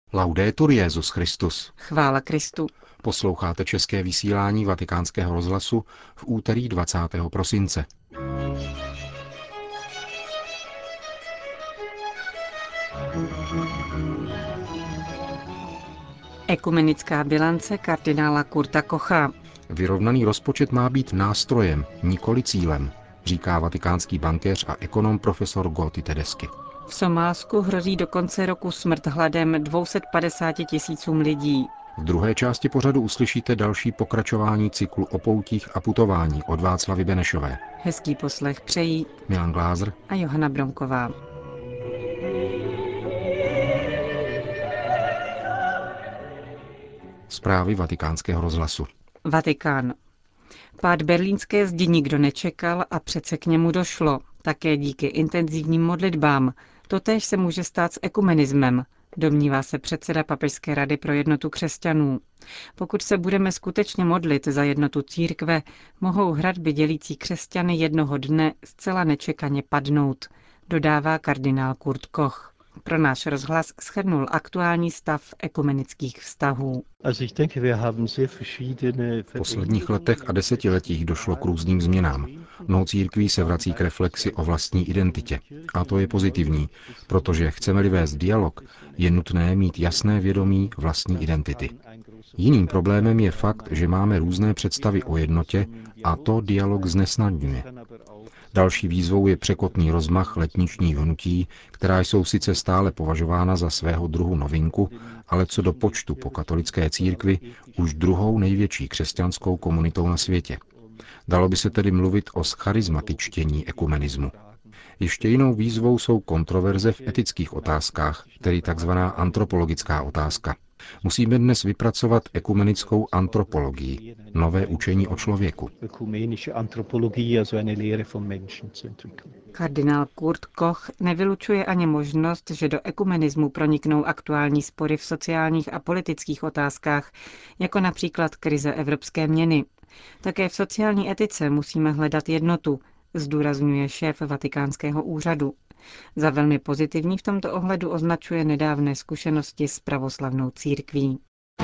Laudetur Jesus Christus. Chvála Kristu. Posloucháte české vysílání Vatikánského rozhlasu v úterý 20. prosince. Ekumenická bilance kardinála Kurta Kocha. Vyrovnaný rozpočet má být nástrojem, nikoli cílem, říká vatikánský bankéř a ekonom profesor Goti Tedeschi. V Somálsku hrozí do konce roku smrt hladem 250 tisícům lidí. V druhé části pořadu uslyšíte další pokračování cyklu o poutích a putování od Václavy Benešové. Hezký poslech přejí Milan Glázer a Johana Bronková. Zprávy Vatikánského rozhlasu. Vatikán. Pád berlínské zdi nikdo nečekal a přece k němu došlo. Také díky intenzivním modlitbám. Totéž se může stát s ekumenismem, domnívá se předseda Papežské rady pro jednotu křesťanů. Pokud se budeme skutečně modlit za jednotu církve, mohou hradby dělící křesťany jednoho dne zcela nečekaně padnout, dodává kardinál Kurt Koch. Pro náš rozhlas shrnul aktuální stav ekumenických vztahů. V posledních letech a desetiletích došlo k různým změnám. Mnoho církví se vrací k reflexi o vlastní identitě. A to je pozitivní, protože chceme-li vést dialog, je nutné mít jasné vědomí vlastní identity. Jiným problémem je fakt, že máme různé představy o jednotě a to dialog znesnadňuje. Další výzvou je překotný rozmach letničních hnutí, která jsou sice stále považována za svého druhu novinku, ale co do počtu po katolické církvi už druhou největší křesťanskou komunitou na světě. Dalo by se tedy mluvit o scharizmatičtění ekumenismu. Ještě jinou výzvou jsou kontroverze v etických otázkách, tedy takzvaná antropologická otázka. Musíme dnes vypracovat ekumenickou antropologii, nové učení o člověku. Kardinál Kurt Koch nevylučuje ani možnost, že do ekumenismu proniknou aktuální spory v sociálních a politických otázkách, jako například krize evropské měny. Také v sociální etice musíme hledat jednotu, zdůrazňuje šéf Vatikánského úřadu. Za velmi pozitivní v tomto ohledu označuje nedávné zkušenosti s pravoslavnou církví.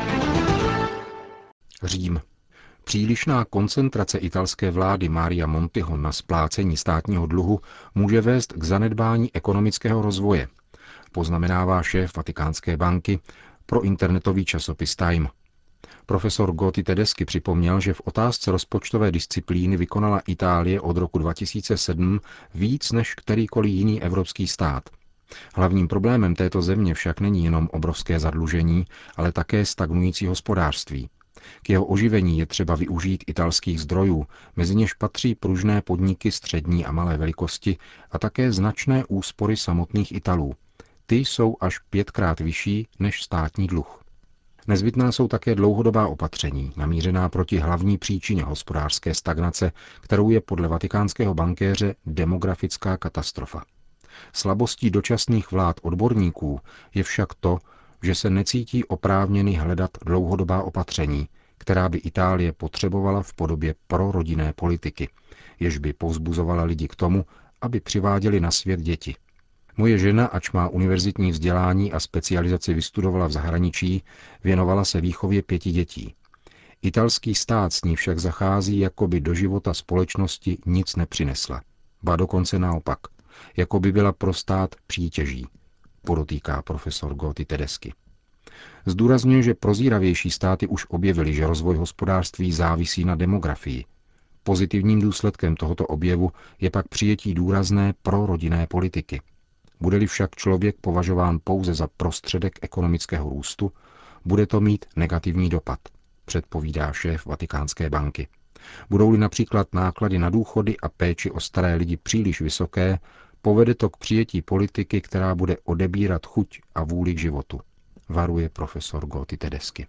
Řím. Přílišná koncentrace italské vlády Maria Montiho na splácení státního dluhu může vést k zanedbání ekonomického rozvoje, poznamenává šéf Vatikánské banky pro internetový časopis Time. Profesor Goti Tedeschi připomněl, že v otázce rozpočtové disciplíny vykonala Itálie od roku 2007 víc než kterýkoliv jiný evropský stát. Hlavním problémem této země však není jenom obrovské zadlužení, ale také stagnující hospodářství. K jeho oživení je třeba využít italských zdrojů, mezi něž patří pružné podniky střední a malé velikosti a také značné úspory samotných Italů. Ty jsou až 5krát vyšší než státní dluh. Nezbytná jsou také dlouhodobá opatření, namířená proti hlavní příčině hospodářské stagnace, kterou je podle vatikánského bankéře demografická katastrofa. Slabostí dočasných vlád odborníků je však to, že se necítí oprávněny hledat dlouhodobá opatření, která by Itálie potřebovala v podobě prorodinné politiky, jež by povzbuzovala lidi k tomu, aby přiváděli na svět děti. Moje žena, ač má univerzitní vzdělání a specializaci vystudovala v zahraničí, věnovala se výchově 5 dětí. Italský stát s ní však zachází, jako by do života společnosti nic nepřinesla. Ba dokonce naopak, jako by byla pro stát přítěží, podotýká profesor Goti Tedeschi. Zdůrazňuje, že prozíravější státy už objevily, že rozvoj hospodářství závisí na demografii. Pozitivním důsledkem tohoto objevu je pak přijetí důrazné prorodinné politiky. Bude-li však člověk považován pouze za prostředek ekonomického růstu, bude to mít negativní dopad, předpovídá šéf Vatikánské banky. Budou-li například náklady na důchody a péči o staré lidi příliš vysoké, povede to k přijetí politiky, která bude odebírat chuť a vůli k životu, varuje profesor Goti Tedeschi.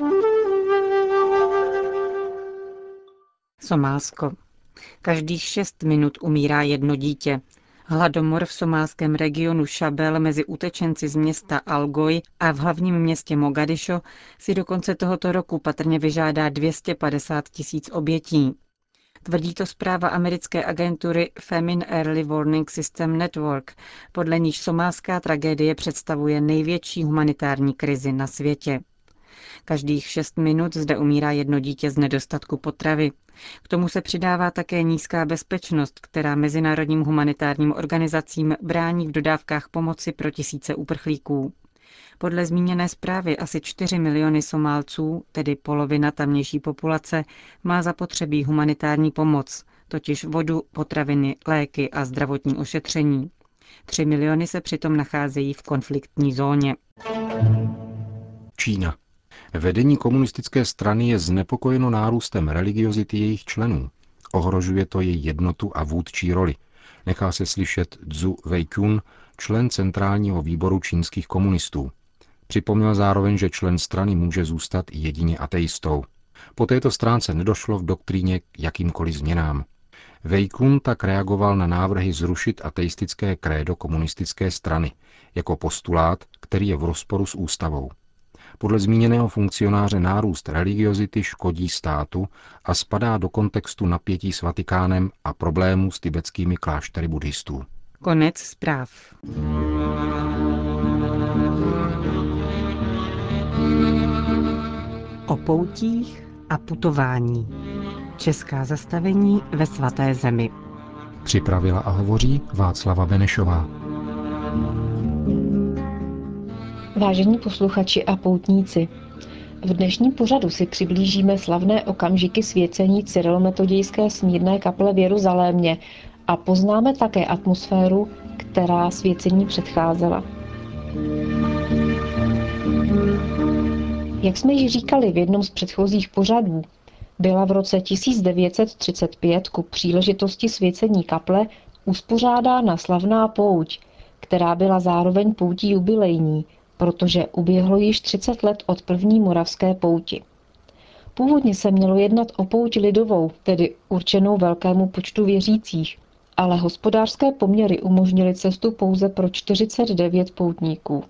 Somálsko. Každých 6 minut umírá jedno dítě. Hladomor v somálském regionu Šabel mezi utečenci z města Algoj a v hlavním městě Mogadišo si do konce tohoto roku patrně vyžádá 250 000 obětí. Tvrdí to zpráva americké agentury Famine Early Warning System Network, podle níž somálská tragédie představuje největší humanitární krizi na světě. Každých 6 minut zde umírá jedno dítě z nedostatku potravy. K tomu se přidává také nízká bezpečnost, která mezinárodním humanitárním organizacím brání v dodávkách pomoci pro tisíce uprchlíků. Podle zmíněné zprávy asi 4 miliony Somálců, tedy polovina tamnější populace, má zapotřebí humanitární pomoc, totiž vodu, potraviny, léky a zdravotní ošetření. 3 miliony se přitom nacházejí v konfliktní zóně. Čína. Vedení komunistické strany je znepokojeno nárůstem religiozity jejich členů. Ohrožuje to její jednotu a vůdčí roli. Nechá se slyšet Zhu Weikun, člen centrálního výboru čínských komunistů. Připomněl zároveň, že člen strany může zůstat jedině ateistou. Po této stránce nedošlo v doktríně k jakýmkoliv změnám. Weikun tak reagoval na návrhy zrušit ateistické krédo komunistické strany jako postulát, který je v rozporu s ústavou. Podle zmíněného funkcionáře nárůst religiozity škodí státu a spadá do kontextu napětí s Vatikánem a problémů s tibetskými kláštery buddhistů. Konec zpráv. O poutích a putování. Česká zastavení ve Svaté zemi. Připravila a hovoří Václava Benešová. Vážení posluchači a poutníci, v dnešním pořadu si přiblížíme slavné okamžiky svěcení cyrilometodějské smírné kaple v Jeruzalémě a poznáme také atmosféru, která svěcení předcházela. Jak jsme již říkali v jednom z předchozích pořadů, byla v roce 1935 ku příležitosti svěcení kaple uspořádána slavná pouť, která byla zároveň poutí jubilejní, protože uběhlo již 30 let od první moravské pouti. Původně se mělo jednat o pouť lidovou, tedy určenou velkému počtu věřících, ale hospodářské poměry umožnily cestu pouze pro 49 poutníků.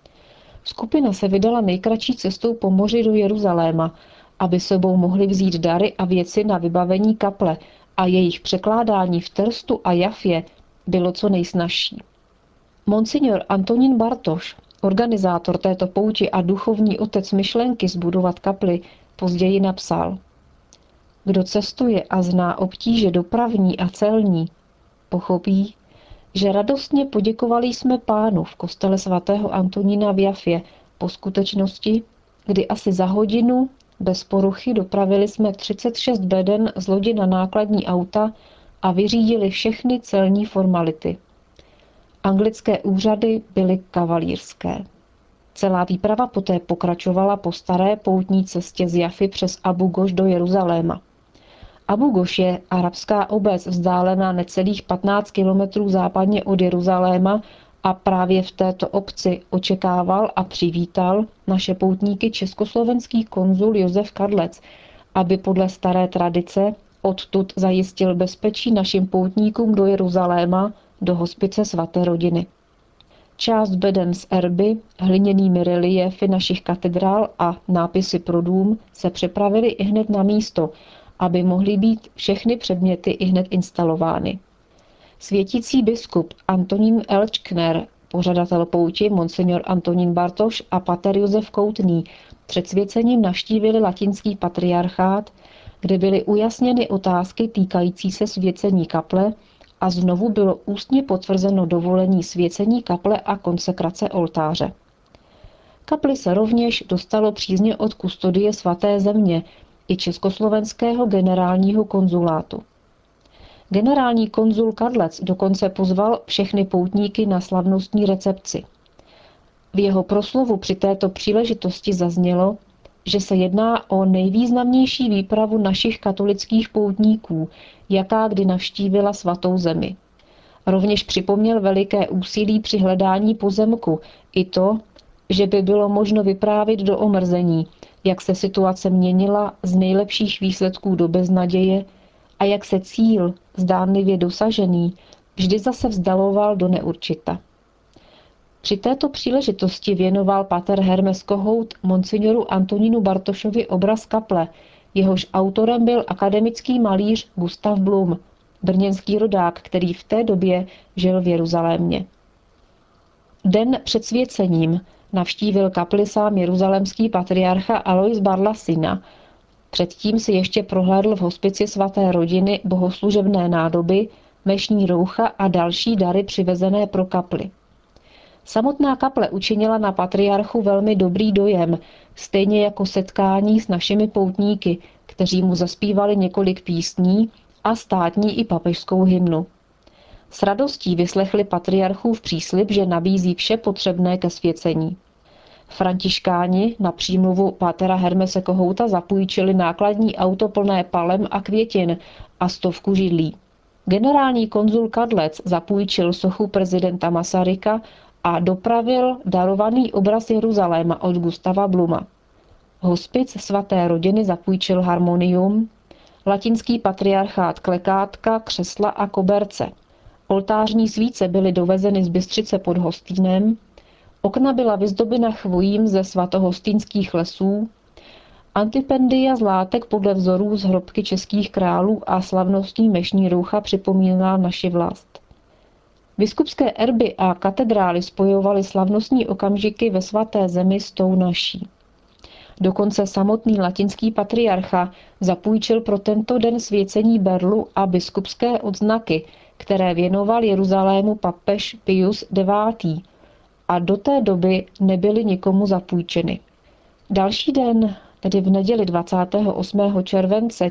Skupina se vydala nejkratší cestou po moři do Jeruzaléma, aby sebou mohli vzít dary a věci na vybavení kaple a jejich překládání v Terstu a Jafě bylo co nejsnazší. Monsignor Antonín Bartoš, organizátor této pouti a duchovní otec myšlenky zbudovat kapli, později napsal: Kdo cestuje a zná obtíže dopravní a celní, pochopí, že radostně poděkovali jsme Pánu v kostele svatého Antonína v Jafě po skutečnosti, kdy asi za hodinu bez poruchy dopravili jsme 36 beden z lodi na nákladní auta a vyřídili všechny celní formality. Anglické úřady byly kavalírské. Celá výprava poté pokračovala po staré poutní cestě z Jafy přes Abu Goš do Jeruzaléma. Abu Goš je arabská obec vzdálená necelých 15 kilometrů západně od Jeruzaléma a právě v této obci očekával a přivítal naše poutníky československý konzul Josef Kadlec, aby podle staré tradice odtud zajistil bezpečí našim poutníkům do Jeruzaléma, do hospice svaté rodiny. Část beden z erby, hliněnými reliéfy našich katedrál a nápisy pro dům se přepravily ihned na místo, aby mohly být všechny předměty ihned instalovány. Světící biskup Antonín Elčkner, pořadatel pouti monsignor Antonín Bartoš a pater Josef Koutný před svěcením navštívili latinský patriarchát, kde byly ujasněny otázky týkající se svěcení kaple a znovu bylo ústně potvrzeno dovolení svěcení kaple a konsekrace oltáře. Kapli se rovněž dostalo přízně od kustodie svaté země i československého generálního konzulátu. Generální konzul Kadlec dokonce pozval všechny poutníky na slavnostní recepci. V jeho proslovu při této příležitosti zaznělo, že se jedná o nejvýznamnější výpravu našich katolických poutníků, jaká kdy navštívila svatou zemi. Rovněž připomněl veliké úsilí při hledání pozemku i to, že by bylo možno vyprávět do omrzení, jak se situace měnila z nejlepších výsledků do beznaděje a jak se cíl, zdánlivě dosažený, vždy zase vzdaloval do neurčita. Při této příležitosti věnoval pater Hermes Kohout monsignoru Antonínu Bartošovi obraz kaple, Jehož autorem byl akademický malíř Gustav Blum, brněnský rodák, který v té době žil v Jeruzalémě. Den před svěcením navštívil kapli sám jeruzalémský patriarcha Alois Barlasina. Předtím si ještě prohlédl v hospici svaté rodiny bohoslužebné nádoby, mešní roucha a další dary přivezené pro kapli. Samotná kaple učinila na patriarchu velmi dobrý dojem, stejně jako setkání s našimi poutníky, kteří mu zaspívali několik písní a státní i papežskou hymnu. S radostí vyslechli patriarchův příslib, že nabízí vše potřebné ke svěcení. Františkáni na přímluvu pátera Hermese Kohouta zapůjčili nákladní auto plné palem a květin a 100 židlí. Generální konzul Kadlec zapůjčil sochu prezidenta Masaryka a dopravil darovaný obraz Jeruzaléma od Gustava Bluma. Hospic svaté rodiny zapůjčil harmonium, latinský patriarchát klekátka, křesla a koberce. Oltářní svíce byly dovezeny z Bystřice pod Hostýnem, okna byla vyzdobena chvojím ze svatohostýnských lesů, antipendia z látek podle vzorů z hrobky českých králů a slavnostní mešní roucha připomínala naši vlast. Biskupské erby a katedrály spojovaly slavnostní okamžiky ve svaté zemi s tou naší. Dokonce samotný latinský patriarcha zapůjčil pro tento den svěcení berlu a biskupské odznaky, které věnoval Jeruzalému papež Pius IX. A do té doby nebyly nikomu zapůjčeny. Další den, tedy v neděli 28. července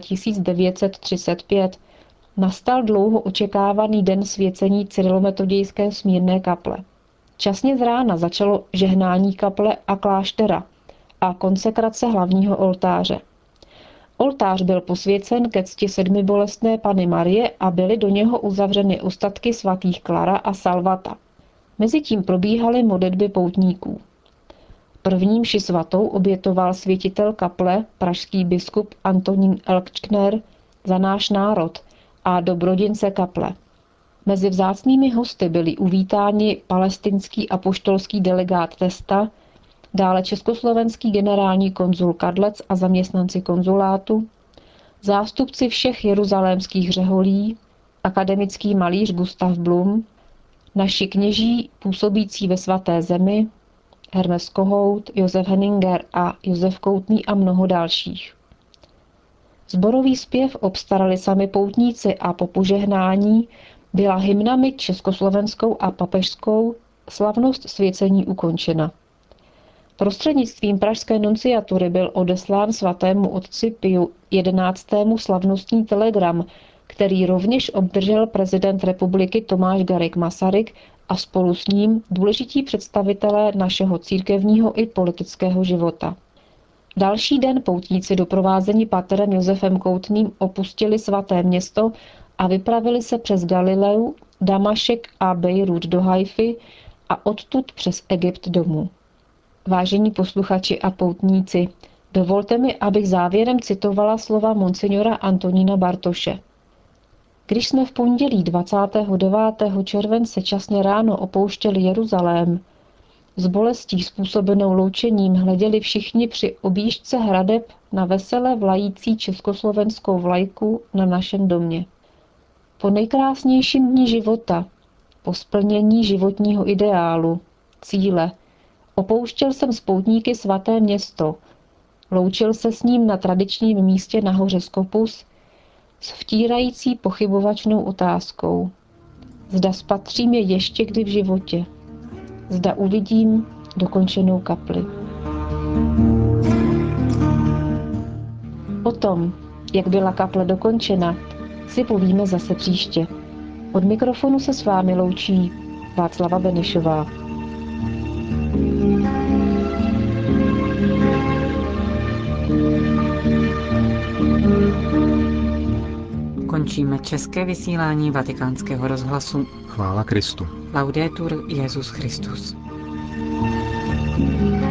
1935, nastal dlouho očekávaný den svěcení cyrilometodějské smírné kaple. Časně z rána začalo žehnání kaple a kláštera a konsekrace hlavního oltáře. Oltář byl posvěcen ke cti sedmibolestné Panny Marie a byly do něho uzavřeny ostatky svatých Klara a Salvata. Mezitím probíhaly modlitby poutníků. První mši svatou obětoval světitel kaple, pražský biskup Antonín Elkčner, za náš národ a dobrodince kaple. Mezi vzácnými hosty byli uvítáni palestinský apoštolský delegát Testa, dále československý generální konzul Kadlec a zaměstnanci konzulátu, zástupci všech jeruzalémských řeholí, akademický malíř Gustav Blum, naši kněží působící ve svaté zemi, Hermes Kohout, Josef Henninger a Josef Koutný a mnoho dalších. Sborový zpěv obstarali sami poutníci a po požehnání byla hymnami československou a papežskou slavnost svěcení ukončena. Prostřednictvím pražské nunciatury byl odeslán svatému otci Piu XI. Slavnostní telegram, který rovněž obdržel prezident republiky Tomáš Garrigue Masaryk a spolu s ním důležití představitelé našeho církevního i politického života. Další den poutníci doprovázení paterem Josefem Koutným opustili svaté město a vypravili se přes Galileu, Damašek a Bejrút do Haify a odtud přes Egypt domů. Vážení posluchači a poutníci, dovolte mi, abych závěrem citovala slova monsignora Antonína Bartoše. Když jsme v pondělí 29. července časně ráno opouštěli Jeruzalém, s bolestí způsobenou loučením hleděli všichni při objížďce hradeb na vesele vlající československou vlajku na našem domě. Po nejkrásnějším dni života, po splnění životního ideálu, cíle, opouštěl jsem s poutníky svaté město, loučil se s ním na tradičním místě na hoře Skopus s vtírající pochybovačnou otázkou. Zda spatřím je ještě kdy v životě. Zda uvidím dokončenou kapli. O tom, jak byla kaple dokončena, si povíme zase příště. Od mikrofonu se s vámi loučí Václava Benešová. Končíme české vysílání Vatikánského rozhlasu. Chvála Kristu. Laudetur Jesus Christus.